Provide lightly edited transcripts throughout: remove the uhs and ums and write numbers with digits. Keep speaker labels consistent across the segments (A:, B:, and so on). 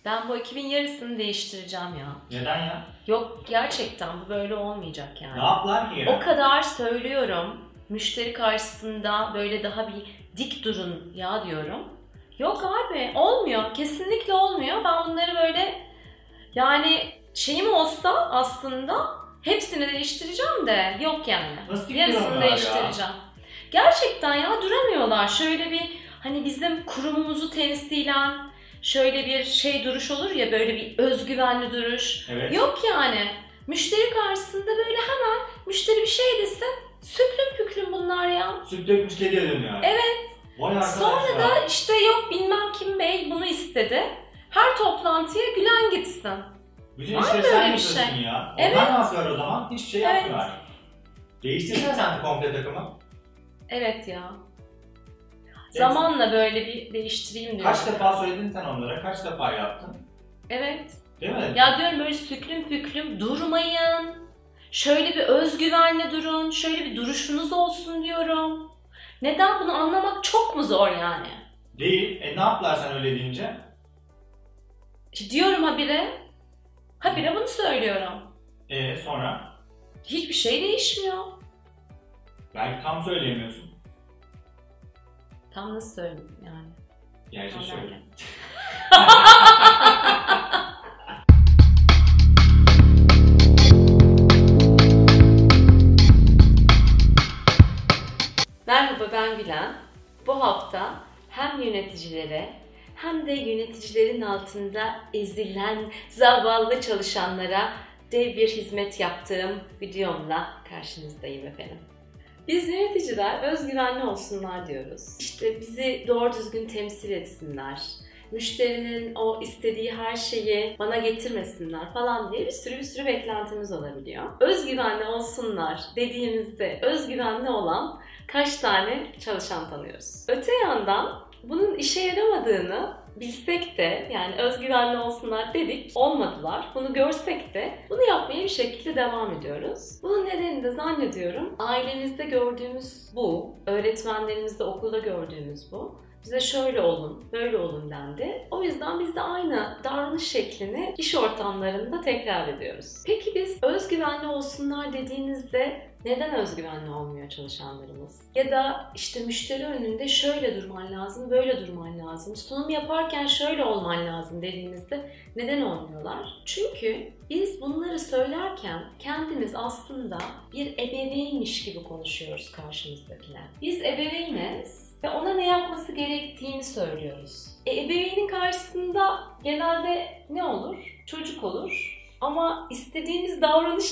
A: Ben bu ekibin yarısını değiştireceğim ya.
B: Neden ya?
A: Yok gerçekten bu böyle olmayacak yani.
B: Ne yaptılar ki ya?
A: O kadar söylüyorum. Müşteri karşısında böyle daha bir dik durun ya diyorum. Yok abi olmuyor. Kesinlikle olmuyor. Ben bunları böyle yani şeyim olsa aslında hepsini değiştireceğim de yok yani.
B: Nasıl
A: yarısını değiştireceğim. Gerçekten ya duramıyorlar. Şöyle bir hani bizim kurumumuzu temsilen şöyle bir şey duruş olur ya böyle bir özgüvenli duruş.
B: Evet.
A: Yok yani. Müşteri karşısında böyle hemen müşteri bir şey desin. Süklüm püklüm bunlar ya.
B: Süt dökmüş geliyor dönüyor.
A: Evet.
B: Vay arkadaş
A: Sonra
B: ya.
A: da işte yok bilmem kim bey bunu istedi. Her toplantıya gülen gitsin.
B: Bütün
A: Var
B: işleri
A: mı
B: sen
A: öyle bir
B: yapıyorsun
A: şey?
B: ya.
A: Evet.
B: Onlar ne yapıyor o zaman? Hiçbir şey
A: Evet.
B: yapmıyorlar. Değiştirsene sen de komple takımı.
A: Evet ya.
B: Evet.
A: Zamanla böyle bir değiştireyim diyorum.
B: Kaç defa söyledin sen onlara? Kaç defa yaptın?
A: Evet.
B: Değil mi?
A: Ya diyorum böyle süklüm püklüm durmayın. Şöyle bir özgüvenle durun. Şöyle bir duruşunuz olsun diyorum. Neden bunu anlamak çok mu zor yani?
B: Değil. Ne yaptılar sen öyle deyince?
A: İşte diyorum habire. Habire bunu söylüyorum.
B: Sonra?
A: Hiçbir şey değişmiyor.
B: Belki tam söyleyemiyorsun.
A: Tam nasıl söyleyeyim yani?
B: Gerçi
A: Tam
B: şöyle.
A: derken. Merhaba ben Gülen. Bu hafta hem yöneticilere hem de yöneticilerin altında ezilen zavallı çalışanlara dev bir hizmet yaptığım videomla karşınızdayım efendim. Biz yöneticiler özgüvenli olsunlar diyoruz. İşte bizi doğru düzgün temsil etsinler. Müşterinin o istediği her şeyi bana getirmesinler falan diye bir sürü beklentimiz olabiliyor. Özgüvenli olsunlar dediğimizde özgüvenli olan kaç tane çalışan tanıyoruz? Öte yandan bunun işe yaramadığını bilsek de yani özgüvenli olsunlar dedik, olmadılar. Bunu görsek de bunu yapmaya bir şekilde devam ediyoruz. Bunun nedeni de zannediyorum ailemizde gördüğümüz bu, öğretmenlerimizde okulda gördüğümüz bu. Bize şöyle olun, böyle olun dendi. O yüzden biz de aynı davranış şeklini iş ortamlarında tekrar ediyoruz. Peki biz özgüvenli olsunlar dediğinizde neden özgüvenli olmuyor çalışanlarımız? Ya da işte müşteri önünde şöyle durman lazım, böyle durman lazım, sunum yaparken şöyle olman lazım dediğimizde neden olmuyorlar? Çünkü biz bunları söylerken kendimiz aslında bir ebeveynmiş gibi konuşuyoruz karşımızdakiler. Biz ebeveyniz ve ona ne yapması gerektiğini söylüyoruz. Ebeveynin karşısında genelde ne olur? Çocuk olur. Ama istediğimiz davranış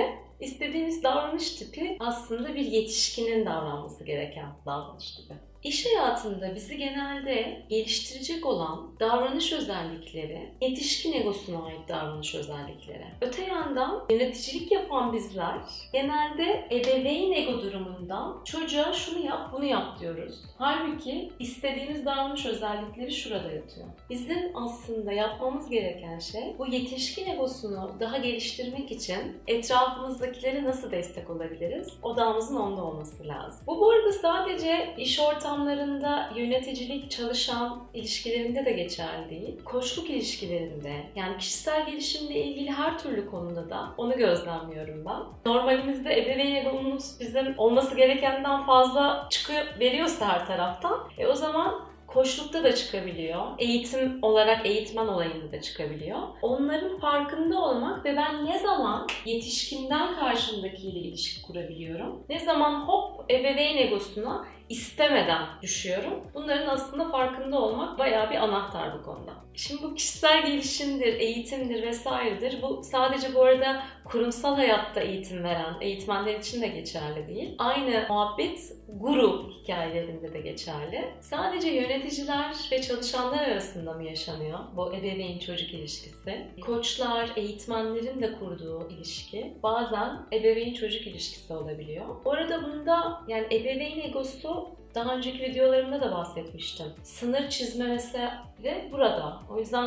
A: tipi aslında bir yetişkinin davranması gereken davranış tipi. İş hayatında bizi genelde geliştirecek olan davranış özellikleri, yetişkin egosuna ait davranış özellikleri. Öte yandan yöneticilik yapan bizler genelde ebeveyn ego durumundan çocuğa şunu yap, bunu yap diyoruz. Halbuki istediğimiz davranış özellikleri şurada yatıyor. Bizim aslında yapmamız gereken şey bu yetişkin egosunu daha geliştirmek için etrafımızdakilere nasıl destek olabiliriz? Odağımızın onda olması lazım. Bu arada sadece iş ortamlarında yöneticilik, çalışan ilişkilerinde de geçerli değil. Koçluk ilişkilerinde, yani kişisel gelişimle ilgili her türlü konuda da onu gözlemliyorum ben. Normalimizde ebeveyn egomuz bizim olması gerekenden fazla veriyorsa her taraftan, o zaman koçlukta da çıkabiliyor. Eğitim olarak eğitmen olayında da çıkabiliyor. Onların farkında olmak ve ben ne zaman yetişkinden karşımdakiyle ilişki kurabiliyorum, ne zaman hop ebeveyn egosuna istemeden düşüyorum. Bunların aslında farkında olmak bayağı bir anahtar bu konuda. Şimdi bu kişisel gelişimdir, eğitimdir vesairedir. Bu sadece bu arada kurumsal hayatta eğitim veren eğitmenler için de geçerli değil. Aynı muhabbet guru hikayelerinde de geçerli. Sadece yöneticiler ve çalışanlar arasında mı yaşanıyor bu ebeveyn çocuk ilişkisi? Koçlar, eğitmenlerin de kurduğu ilişki bazen ebeveyn çocuk ilişkisi olabiliyor. Orada bunda yani ebeveyn egosu daha önceki videolarımda da bahsetmiştim. Sınır çizme mesele burada. O yüzden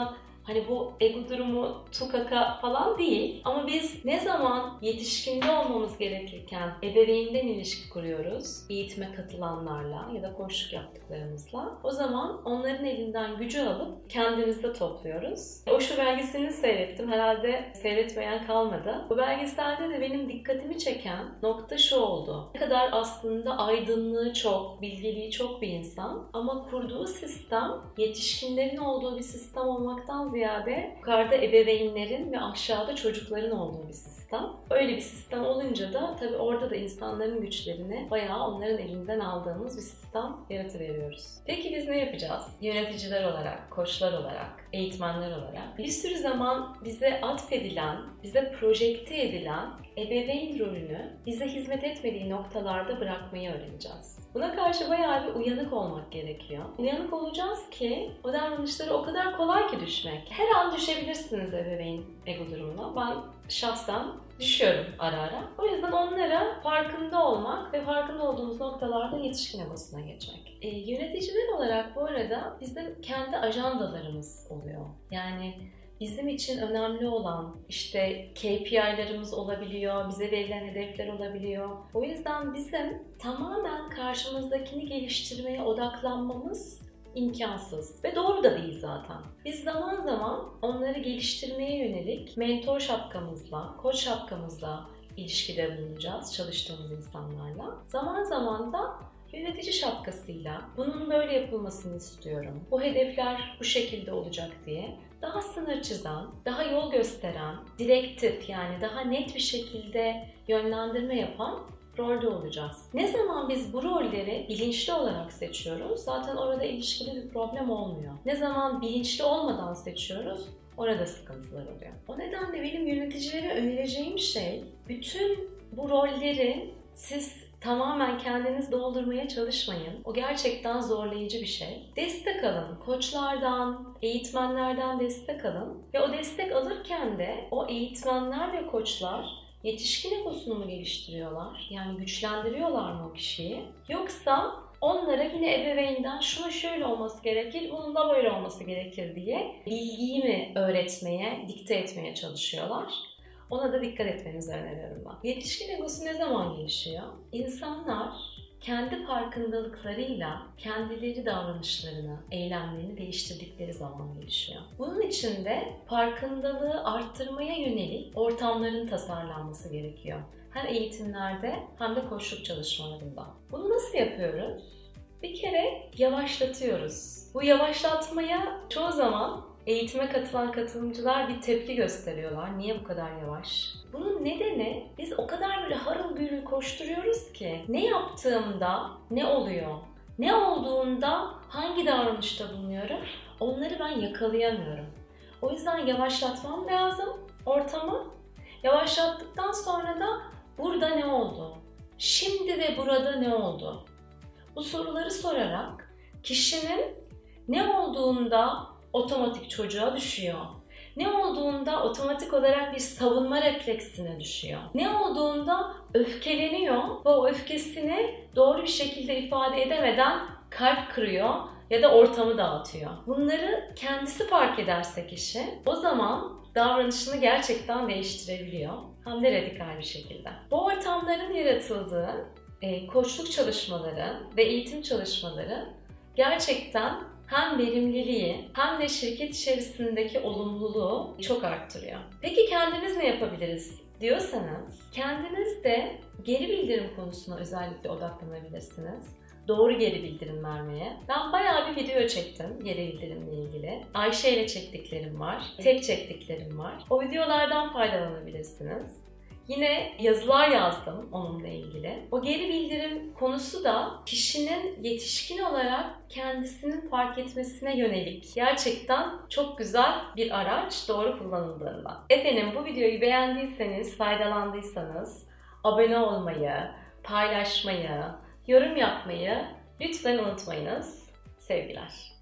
A: Hani bu ego durumu tukaka falan değil. Ama biz ne zaman yetişkinde olmamız gerekirken ebeveynden ilişki kuruyoruz, eğitime katılanlarla ya da koçluk yaptıklarımızla, o zaman onların elinden gücü alıp kendimizde topluyoruz. Osho belgeselini seyrettim. Herhalde seyretmeyen kalmadı. Bu belgeselde de benim dikkatimi çeken nokta şu oldu. Ne kadar aslında aydınlığı çok, bilgiliği çok bir insan ama kurduğu sistem yetişkinlerin olduğu bir sistem olmaktan ziyade yukarıda ebeveynlerin ve aşağıda çocukların olduğu bir sistem. Öyle bir sistem olunca da tabii orada da insanların güçlerini bayağı onların elinden aldığımız bir sistem yaratıveriyoruz. Peki biz ne yapacağız? Yöneticiler olarak, koçlar olarak, eğitmenler olarak bir sürü zaman bize atfedilen, bize projekte edilen ebeveyn rolünü bize hizmet etmediği noktalarda bırakmayı öğreneceğiz. Buna karşı bayağı bir uyanık olmak gerekiyor. Uyanık olacağız ki o davranışlara o kadar kolay ki düşmek. Her an düşebilirsiniz ebeveyn ego durumuna. Ben şahsen düşüyorum ara ara. O yüzden onlara farkında olmak ve farkında olduğumuz noktalarda yetişkin egosuna geçmek. Yöneticiler olarak bu arada bizim kendi ajandalarımız oluyor. Yani bizim için önemli olan işte KPI'larımız olabiliyor, bize verilen hedefler olabiliyor. O yüzden bizim tamamen karşımızdakini geliştirmeye odaklanmamız imkansız ve doğru da değil zaten. Biz zaman zaman onları geliştirmeye yönelik mentor şapkamızla, koç şapkamızla ilişkide bulunacağız çalıştığımız insanlarla. Zaman zaman da yönetici şapkasıyla bunun böyle yapılmasını istiyorum, bu hedefler bu şekilde olacak diye daha sınır çizen, daha yol gösteren, direktif yani daha net bir şekilde yönlendirme yapan rolde olacağız. Ne zaman biz bu rolleri bilinçli olarak seçiyoruz, zaten orada ilişkili bir problem olmuyor. Ne zaman bilinçli olmadan seçiyoruz, orada sıkıntılar oluyor. O nedenle benim yöneticilere önereceğim şey, bütün bu rolleri siz tamamen kendiniz doldurmaya çalışmayın. O gerçekten zorlayıcı bir şey. Destek alın. Koçlardan, eğitmenlerden destek alın. Ve o destek alırken de o eğitmenler ve koçlar yetişkin egosunu mu geliştiriyorlar? Yani güçlendiriyorlar mı o kişiyi? Yoksa onlara yine ebeveynden şunu şöyle olması gerekir, bunun da böyle olması gerekir diye bilgiyi mi öğretmeye, dikte etmeye çalışıyorlar? Ona da dikkat etmenizi öneriyorum ben. Yetişkin egosu ne zaman gelişiyor? İnsanlar kendi farkındalıklarıyla kendileri davranışlarını, eylemlerini değiştirdikleri zaman gelişiyor. Bunun için de farkındalığı arttırmaya yönelik ortamların tasarlanması gerekiyor. Hem eğitimlerde hem de koçluk çalışmalarında. Bunu nasıl yapıyoruz? Bir kere yavaşlatıyoruz. Bu yavaşlatmaya çoğu zaman eğitime katılan katılımcılar bir tepki gösteriyorlar. Niye bu kadar yavaş? Bunun nedeni biz o kadar böyle harıl gürül koşturuyoruz ki ne yaptığımda ne oluyor? Ne olduğunda hangi davranışta bulunuyorum? Onları ben yakalayamıyorum. O yüzden yavaşlatmam lazım ortamı. Yavaşlattıktan sonra da burada ne oldu? Şimdi ve burada ne oldu? Bu soruları sorarak kişinin ne olduğunda otomatik çocuğa düşüyor. Ne olduğunda otomatik olarak bir savunma refleksine düşüyor. Ne olduğunda öfkeleniyor ve o öfkesini doğru bir şekilde ifade edemeden kalp kırıyor ya da ortamı dağıtıyor. Bunları kendisi fark ederse kişi o zaman davranışını gerçekten değiştirebiliyor. Hem de radikal bir şekilde. Bu ortamların yaratıldığı koçluk çalışmaları ve eğitim çalışmaları gerçekten hem verimliliği hem de şirket içerisindeki olumluluğu çok arttırıyor. Peki kendimiz ne yapabiliriz diyorsanız, kendiniz de geri bildirim konusuna özellikle odaklanabilirsiniz. Doğru geri bildirim vermeye. Ben bayağı bir video çektim geri bildirimle ilgili. Ayşe ile çektiklerim var, tek çektiklerim var. O videolardan faydalanabilirsiniz. Yine yazılar yazdım onunla ilgili. O geri bildirim konusu da kişinin yetişkin olarak kendisinin fark etmesine yönelik gerçekten çok güzel bir araç doğru kullanıldığında. Efendim bu videoyu beğendiyseniz, faydalandıysanız abone olmayı, paylaşmayı, yorum yapmayı lütfen unutmayınız. Sevgiler.